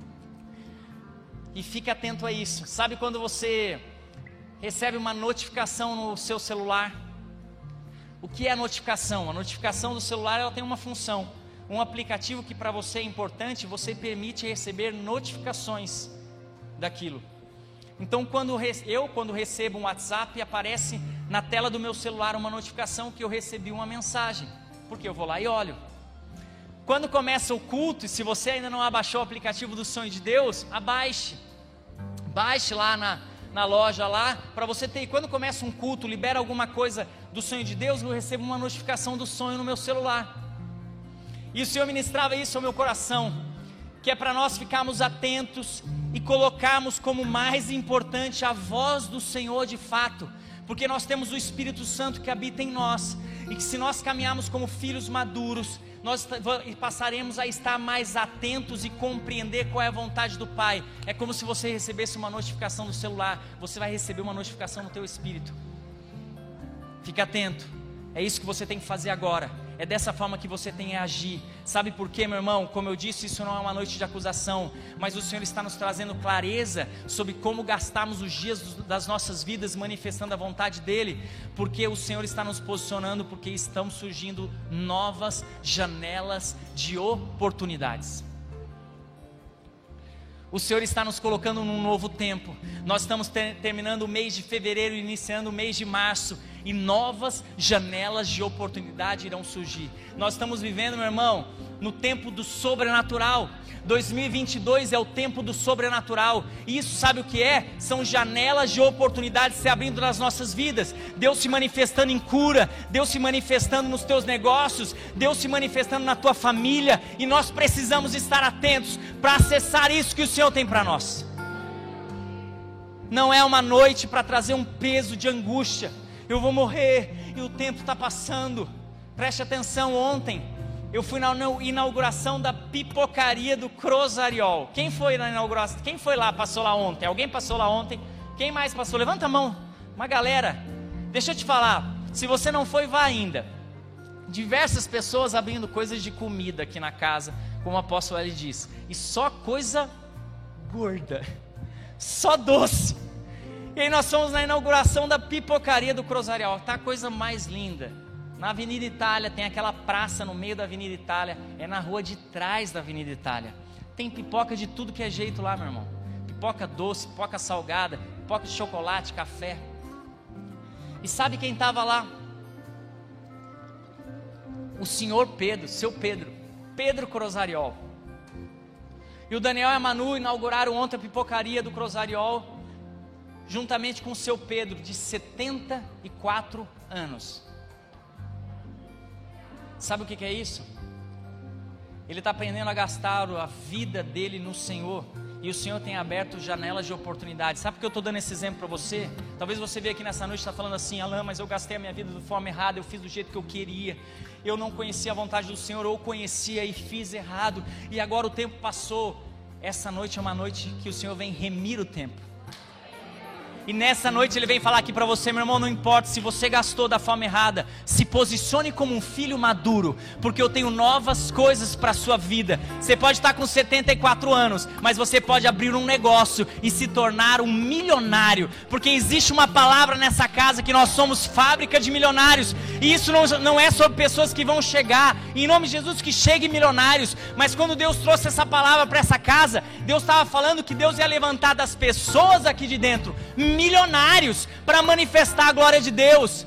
e fique atento a isso. Sabe quando você recebe uma notificação no seu celular? O que é a notificação? A notificação do celular, ela tem uma função, um aplicativo que para você é importante, você permite receber notificações daquilo. Então, quando eu quando recebo um WhatsApp, aparece na tela do meu celular uma notificação que eu recebi uma mensagem, porque eu vou lá e olho. Quando começa o culto, e se você ainda não abaixou o aplicativo do Sonho de Deus, abaixe, baixe lá na, na loja lá, para você ter. E quando começa um culto, libera alguma coisa do Sonho de Deus, eu recebo uma notificação do sonho no meu celular. E o Senhor ministrava isso ao meu coração, que é para nós ficarmos atentos e colocarmos como mais importante a voz do Senhor de fato, porque nós temos o Espírito Santo que habita em nós, e que se nós caminharmos como filhos maduros, nós passaremos a estar mais atentos e compreender qual é a vontade do Pai. É como se você recebesse uma notificação no celular, você vai receber uma notificação no teu espírito. Fique atento, é isso que você tem que fazer agora. É dessa forma que você tem a agir. Sabe por quê, meu irmão? Como eu disse, isso não é uma noite de acusação, mas o Senhor está nos trazendo clareza sobre como gastarmos os dias das nossas vidas manifestando a vontade dEle, porque o Senhor está nos posicionando, porque estão surgindo novas janelas de oportunidades. O Senhor está nos colocando num novo tempo. Nós estamos ter, terminando o mês de fevereiro, iniciando o mês de março, e novas janelas de oportunidade irão surgir. Nós estamos vivendo, meu irmão, no tempo do sobrenatural. dois mil e vinte e dois é o tempo do sobrenatural, e isso sabe o que é? São janelas de oportunidade se abrindo nas nossas vidas, Deus se manifestando em cura, Deus se manifestando nos teus negócios, Deus se manifestando na tua família, e nós precisamos estar atentos para acessar isso que o Senhor tem para nós. Não é uma noite para trazer um peso de angústia, eu vou morrer e o tempo está passando. Preste atenção, ontem eu fui na inauguração da pipocaria do Crozariol. Quem foi na inauguração? Quem foi lá, passou lá ontem? Alguém passou lá ontem? Quem mais passou? Levanta a mão, uma galera. Deixa eu te falar, se você não foi, vá ainda. Diversas pessoas abrindo coisas de comida aqui na casa, como o apóstolo Eli diz, e só coisa gorda, só doce. E aí nós fomos na inauguração da pipocaria do Crozariol. Tá a coisa mais linda. Na Avenida Itália, tem aquela praça no meio da Avenida Itália, é na rua de trás da Avenida Itália. Tem pipoca de tudo que é jeito lá, meu irmão. Pipoca doce, pipoca salgada, pipoca de chocolate, café. E sabe quem estava lá? O senhor Pedro, seu Pedro, Pedro Crozariol. E o Daniel e a Manu inauguraram ontem a pipocaria do Crozariol, juntamente com o seu Pedro, de setenta e quatro anos. Sabe o que, que é isso? Ele está aprendendo a gastar a vida dele no Senhor, e o Senhor tem aberto janelas de oportunidade. Sabe por que eu estou dando esse exemplo para você? Talvez você veja aqui nessa noite e está falando assim: Alan, mas eu gastei a minha vida de forma errada, eu fiz do jeito que eu queria, eu não conhecia a vontade do Senhor, ou conhecia e fiz errado, e agora o tempo passou. Essa noite é uma noite que o Senhor vem remir o tempo. E nessa noite Ele vem falar aqui para você, meu irmão, não importa se você gastou da forma errada, se posicione como um filho maduro, porque eu tenho novas coisas para a sua vida. Você pode estar com setenta e quatro anos, mas você pode abrir um negócio e se tornar um milionário, porque existe uma palavra nessa casa que nós somos fábrica de milionários, e isso não, não é sobre pessoas que vão chegar, em nome de Jesus que cheguem milionários, mas quando Deus trouxe essa palavra para essa casa, Deus estava falando que Deus ia levantar das pessoas aqui de dentro milionários para manifestar a glória de Deus.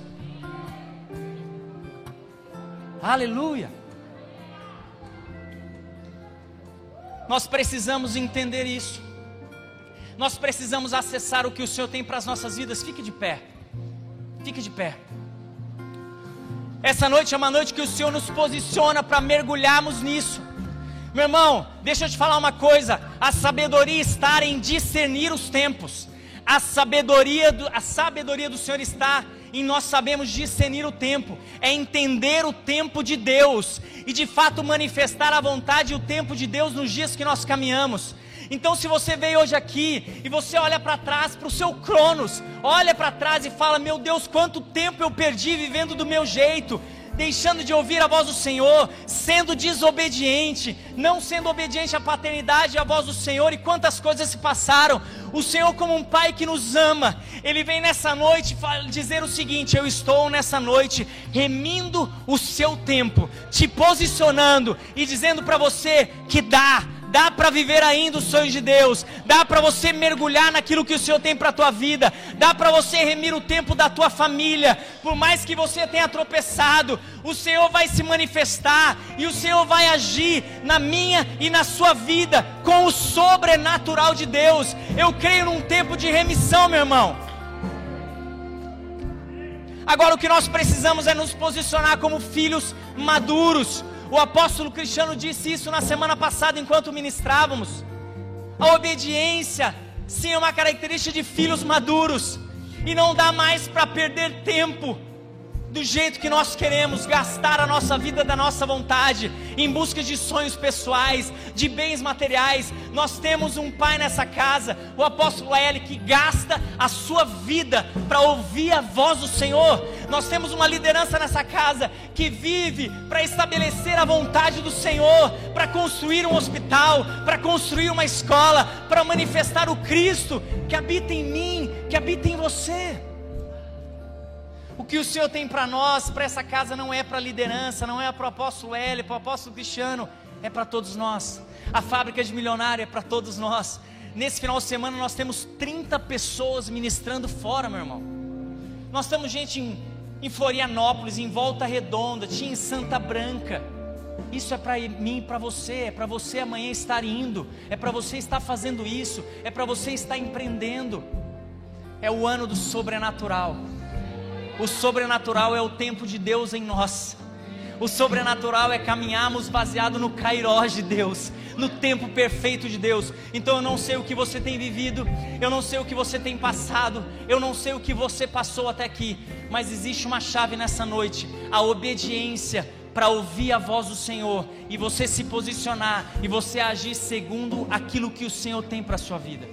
Aleluia. Nós precisamos entender isso. Nós precisamos acessar o que o Senhor tem para as nossas vidas. Fique de pé. Fique de pé. Essa noite é uma noite que o Senhor nos posiciona para mergulharmos nisso. Meu irmão, deixa eu te falar uma coisa. A sabedoria está em discernir os tempos. A sabedoria, do, a sabedoria do Senhor está em nós sabemos discernir o tempo, é entender o tempo de Deus, e de fato manifestar a vontade e o tempo de Deus nos dias que nós caminhamos. Então se você veio hoje aqui, e você olha para trás, para o seu Cronos, olha para trás e fala: meu Deus, quanto tempo eu perdi vivendo do meu jeito, deixando de ouvir a voz do Senhor, sendo desobediente, não sendo obediente à paternidade e à voz do Senhor, e quantas coisas se passaram. O Senhor, como um pai que nos ama, Ele vem nessa noite dizer o seguinte: eu estou nessa noite remindo o seu tempo, te posicionando e dizendo para você que dá Dá para viver ainda os sonhos de Deus, dá para você mergulhar naquilo que o Senhor tem para a tua vida, dá para você remir o tempo da tua família. Por mais que você tenha tropeçado, o Senhor vai se manifestar, e o Senhor vai agir na minha e na sua vida, com o sobrenatural de Deus. Eu creio num tempo de remissão, meu irmão. Agora o que nós precisamos é nos posicionar como filhos maduros. O apóstolo Cristiano disse isso na semana passada enquanto ministrávamos. A obediência, sim, é uma característica de filhos maduros, e não dá mais para perder tempo do jeito que nós queremos, gastar a nossa vida da nossa vontade, em busca de sonhos pessoais, de bens materiais. Nós temos um pai nessa casa, o apóstolo Eli, que gasta a sua vida para ouvir a voz do Senhor. Nós temos uma liderança nessa casa que vive para estabelecer a vontade do Senhor, para construir um hospital, para construir uma escola, para manifestar o Cristo que habita em mim, que habita em você. O que o Senhor tem para nós, para essa casa, não é para a liderança, não é para o apóstolo Eli, para o apóstolo Cristiano, é para todos nós. A fábrica de milionário é para todos nós. Nesse final de semana nós temos trinta pessoas ministrando fora, meu irmão. Nós temos gente em em Florianópolis, em Volta Redonda, tinha em Santa Branca. Isso é para mim e para você, é para você amanhã estar indo, é para você estar fazendo isso, é para você estar empreendendo. É o ano do sobrenatural. O sobrenatural é o tempo de Deus em nós. O sobrenatural é caminharmos baseado no Kairós de Deus, no tempo perfeito de Deus. Então eu não sei o que você tem vivido, eu não sei o que você tem passado, eu não sei o que você passou até aqui, mas existe uma chave nessa noite: a obediência para ouvir a voz do Senhor, e você se posicionar, e você agir segundo aquilo que o Senhor tem para a sua vida.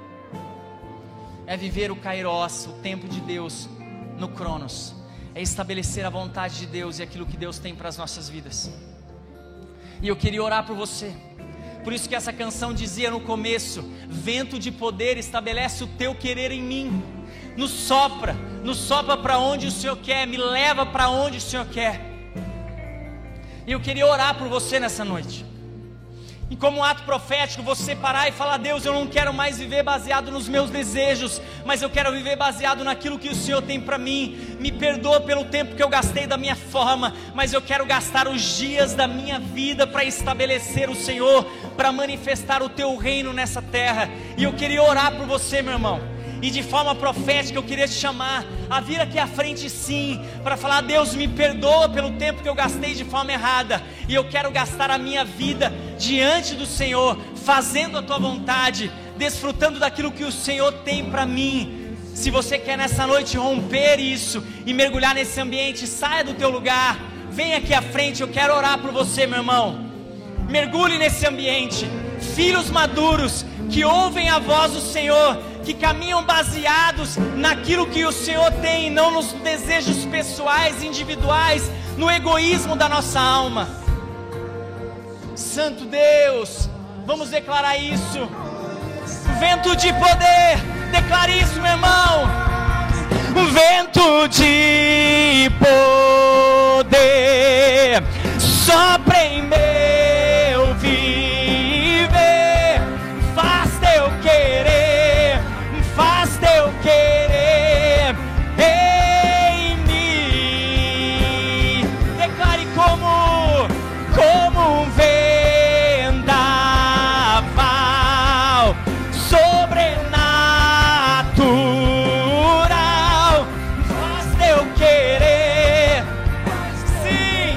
É viver o Kairós, o tempo de Deus, no Cronos. É estabelecer a vontade de Deus e aquilo que Deus tem para as nossas vidas. E eu queria orar por você. Por isso que essa canção dizia no começo: vento de poder, estabelece o teu querer em mim. Nos sopra, nos sopra para onde o Senhor quer, me leva para onde o Senhor quer. E eu queria orar por você nessa noite. E como um ato profético, você parar e falar: Deus, eu não quero mais viver baseado nos meus desejos, mas eu quero viver baseado naquilo que o Senhor tem para mim. Me perdoa pelo tempo que eu gastei da minha forma, mas eu quero gastar os dias da minha vida para estabelecer o Senhor, para manifestar o teu reino nessa terra. E eu queria orar por você, meu irmão. E de forma profética eu queria te chamar a vir aqui à frente, sim, para falar: Deus, me perdoa pelo tempo que eu gastei de forma errada, e eu quero gastar a minha vida diante do Senhor, fazendo a tua vontade, desfrutando daquilo que o Senhor tem para mim. Se você quer nessa noite romper isso e mergulhar nesse ambiente, saia do teu lugar, vem aqui à frente, eu quero orar por você, meu irmão. Mergulhe nesse ambiente. Filhos maduros que ouvem a voz do Senhor, que caminham baseados naquilo que o Senhor tem, não nos desejos pessoais, individuais, no egoísmo da nossa alma. Santo Deus, vamos declarar isso. Vento de poder, declare isso, meu irmão. Vento de poder, sopra em meu viver, faz teu querer, faz teu querer em mim. Declare como, como um vendaval sobrenatural, faz teu querer. Sim.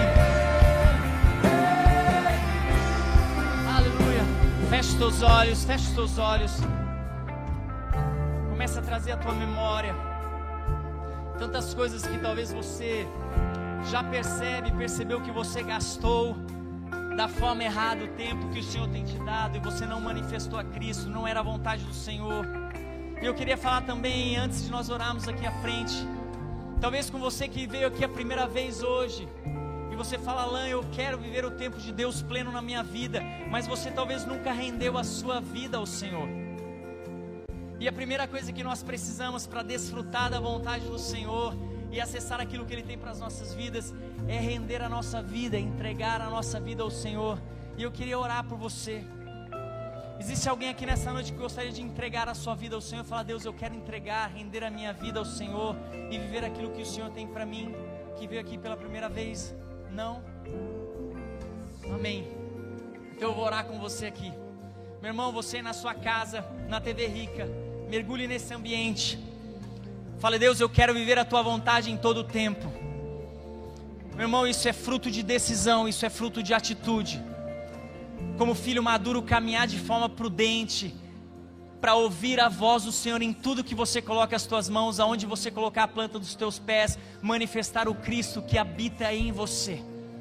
Aleluia. Feche os teus olhos, feche os teus olhos. Começa a trazer à tua memória tantas coisas que talvez você já percebe, percebeu que você gastou da forma errada o tempo que o Senhor tem te dado, e você não manifestou a Cristo, não era a vontade do Senhor. E eu queria falar também, antes de nós orarmos aqui à frente, talvez com você que veio aqui a primeira vez hoje, e você fala: Alain, eu quero viver o tempo de Deus pleno na minha vida, mas você talvez nunca rendeu a sua vida ao Senhor. E a primeira coisa que nós precisamos para desfrutar da vontade do Senhor e acessar aquilo que Ele tem para as nossas vidas é render a nossa vida, entregar a nossa vida ao Senhor. E eu queria orar por você. Existe alguém aqui nessa noite que gostaria de entregar a sua vida ao Senhor e falar: Deus, eu quero entregar, render a minha vida ao Senhor e viver aquilo que o Senhor tem para mim, que veio aqui pela primeira vez? Não? Amém. Então eu vou orar com você aqui. Meu irmão, você na sua casa, na T V Rica, mergulhe nesse ambiente. Fale: Deus, eu quero viver a tua vontade em todo o tempo. Meu irmão, isso é fruto de decisão, isso é fruto de atitude. Como filho maduro, caminhar de forma prudente, para ouvir a voz do Senhor em tudo que você coloca as tuas mãos, aonde você colocar a planta dos teus pés, manifestar o Cristo que habita em você.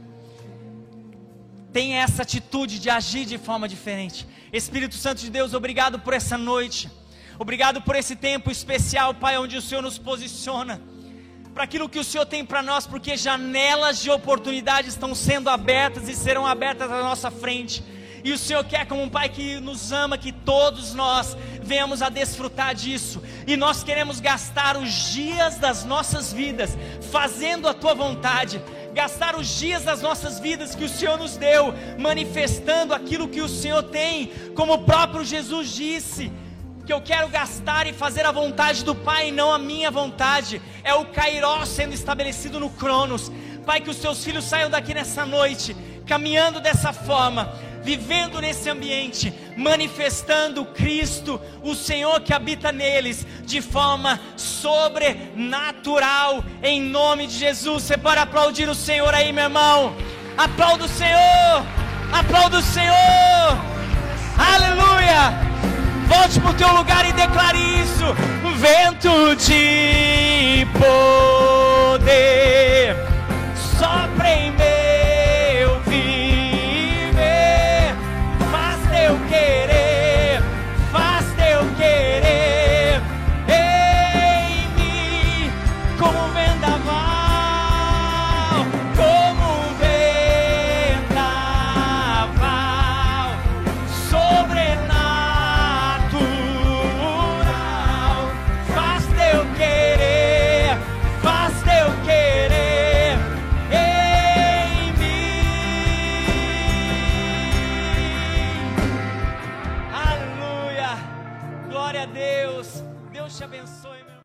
Tenha essa atitude de agir de forma diferente. Espírito Santo de Deus, obrigado por essa noite. Obrigado por esse tempo especial, Pai, onde o Senhor nos posiciona para aquilo que o Senhor tem para nós, porque janelas de oportunidade estão sendo abertas e serão abertas à nossa frente. E o Senhor quer, como um Pai que nos ama, que todos nós venhamos a desfrutar disso. E nós queremos gastar os dias das nossas vidas fazendo a Tua vontade. Gastar os dias das nossas vidas que o Senhor nos deu, manifestando aquilo que o Senhor tem, como o próprio Jesus disse: que eu quero gastar e fazer a vontade do Pai e não a minha vontade. É o Kairós sendo estabelecido no Cronos. Pai, que os teus filhos saiam daqui nessa noite, caminhando dessa forma, vivendo nesse ambiente, manifestando Cristo, o Senhor que habita neles, de forma sobrenatural, em nome de Jesus. Você pode aplaudir o Senhor aí, meu irmão? Aplauda o Senhor, aplauda o Senhor, aleluia. Volte para o teu lugar e declare isso. Vento de poder